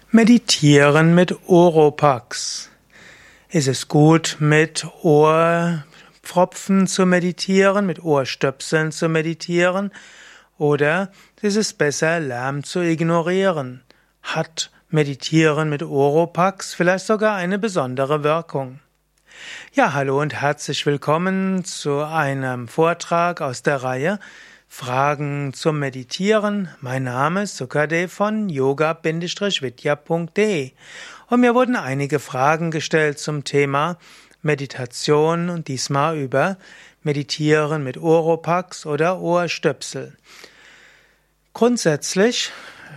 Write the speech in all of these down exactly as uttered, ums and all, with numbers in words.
Meditieren mit Oropax. Ist es gut, mit Ohrpfropfen zu meditieren, mit Ohrstöpseln zu meditieren? Oder ist es besser, Lärm zu ignorieren? Hat Meditieren mit Oropax vielleicht sogar eine besondere Wirkung? Ja, hallo und herzlich willkommen zu einem Vortrag aus der Reihe Fragen zum Meditieren. Mein Name ist Sukadev von yoga Bindestrich vidya Punkt de und mir wurden einige Fragen gestellt zum Thema Meditation und diesmal über Meditieren mit Oropax oder Ohrstöpsel. Grundsätzlich,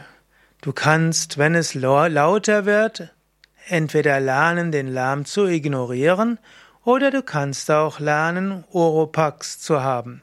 du kannst, wenn es lauter wird, entweder lernen, den Lärm zu ignorieren, oder du kannst auch lernen, Oropax zu haben.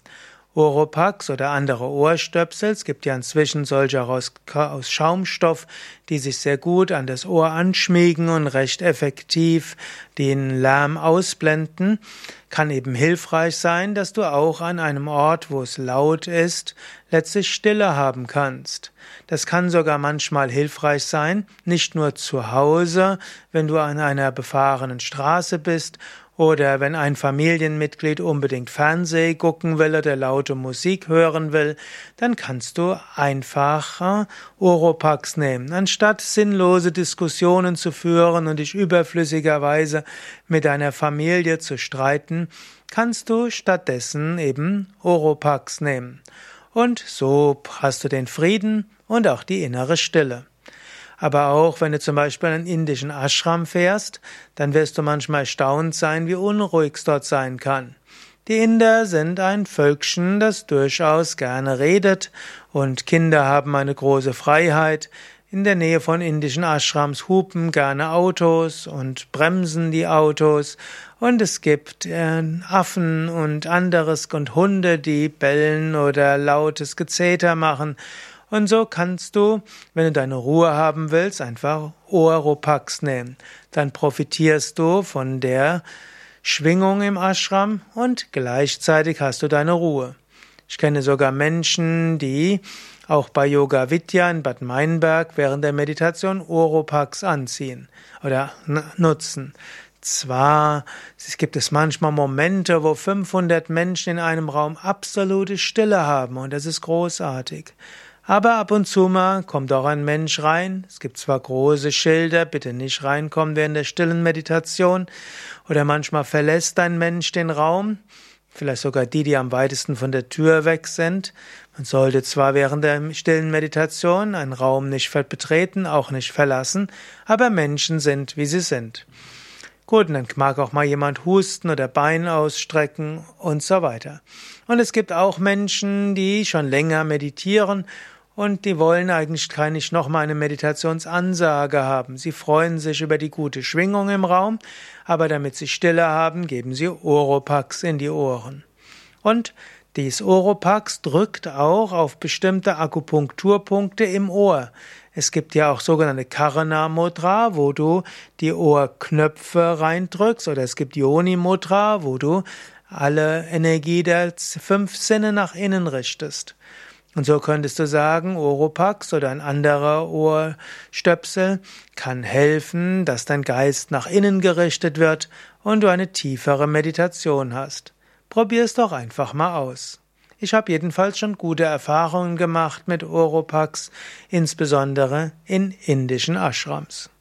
Oropax oder andere Ohrstöpsel, es gibt ja inzwischen solche aus, aus Schaumstoff, die sich sehr gut an das Ohr anschmiegen und recht effektiv den Lärm ausblenden, kann eben hilfreich sein, dass du auch an einem Ort, wo es laut ist, letztlich Stille haben kannst. Das kann sogar manchmal hilfreich sein, nicht nur zu Hause, wenn du an einer befahrenen Straße bist, oder wenn ein Familienmitglied unbedingt Fernsehen gucken will oder laute Musik hören will, dann kannst du einfach Oropax nehmen. Anstatt sinnlose Diskussionen zu führen und dich überflüssigerweise mit deiner Familie zu streiten, kannst du stattdessen eben Oropax nehmen. Und so hast du den Frieden und auch die innere Stille. Aber auch wenn du zum Beispiel in einen indischen Ashram fährst, dann wirst du manchmal erstaunt sein, wie unruhig es dort sein kann. Die Inder sind ein Völkchen, das durchaus gerne redet, und Kinder haben eine große Freiheit. In der Nähe von indischen Ashrams hupen gerne Autos und bremsen die Autos, und es gibt äh, Affen und anderes und Hunde, die bellen oder lautes Gezeter machen. Und so kannst du, wenn du deine Ruhe haben willst, einfach Oropax nehmen. Dann profitierst du von der Schwingung im Ashram und gleichzeitig hast du deine Ruhe. Ich kenne sogar Menschen, die auch bei Yoga Vidya in Bad Meinberg während der Meditation Oropax anziehen oder nutzen. Zwar gibt es manchmal Momente, wo fünfhundert Menschen in einem Raum absolute Stille haben, und das ist großartig. Aber ab und zu mal kommt auch ein Mensch rein. Es gibt zwar große Schilder, bitte nicht reinkommen während der stillen Meditation. Oder manchmal verlässt ein Mensch den Raum. Vielleicht sogar die, die am weitesten von der Tür weg sind. Man sollte zwar während der stillen Meditation einen Raum nicht betreten, auch nicht verlassen, aber Menschen sind, wie sie sind. Gut, und dann mag auch mal jemand husten oder Bein ausstrecken und so weiter. Und es gibt auch Menschen, die schon länger meditieren, und die wollen eigentlich gar nicht nochmal eine Meditationsansage haben. Sie freuen sich über die gute Schwingung im Raum, aber damit sie Stille haben, geben sie Oropax in die Ohren. Und dies Oropax drückt auch auf bestimmte Akupunkturpunkte im Ohr. Es gibt ja auch sogenannte Karana Mudra, wo du die Ohrknöpfe reindrückst, oder es gibt Yoni Mudra, wo du alle Energie der fünf Sinne nach innen richtest. Und so könntest du sagen, Oropax oder ein anderer Ohrstöpsel kann helfen, dass dein Geist nach innen gerichtet wird und du eine tiefere Meditation hast. Probier es doch einfach mal aus. Ich habe jedenfalls schon gute Erfahrungen gemacht mit Oropax, insbesondere in indischen Ashrams.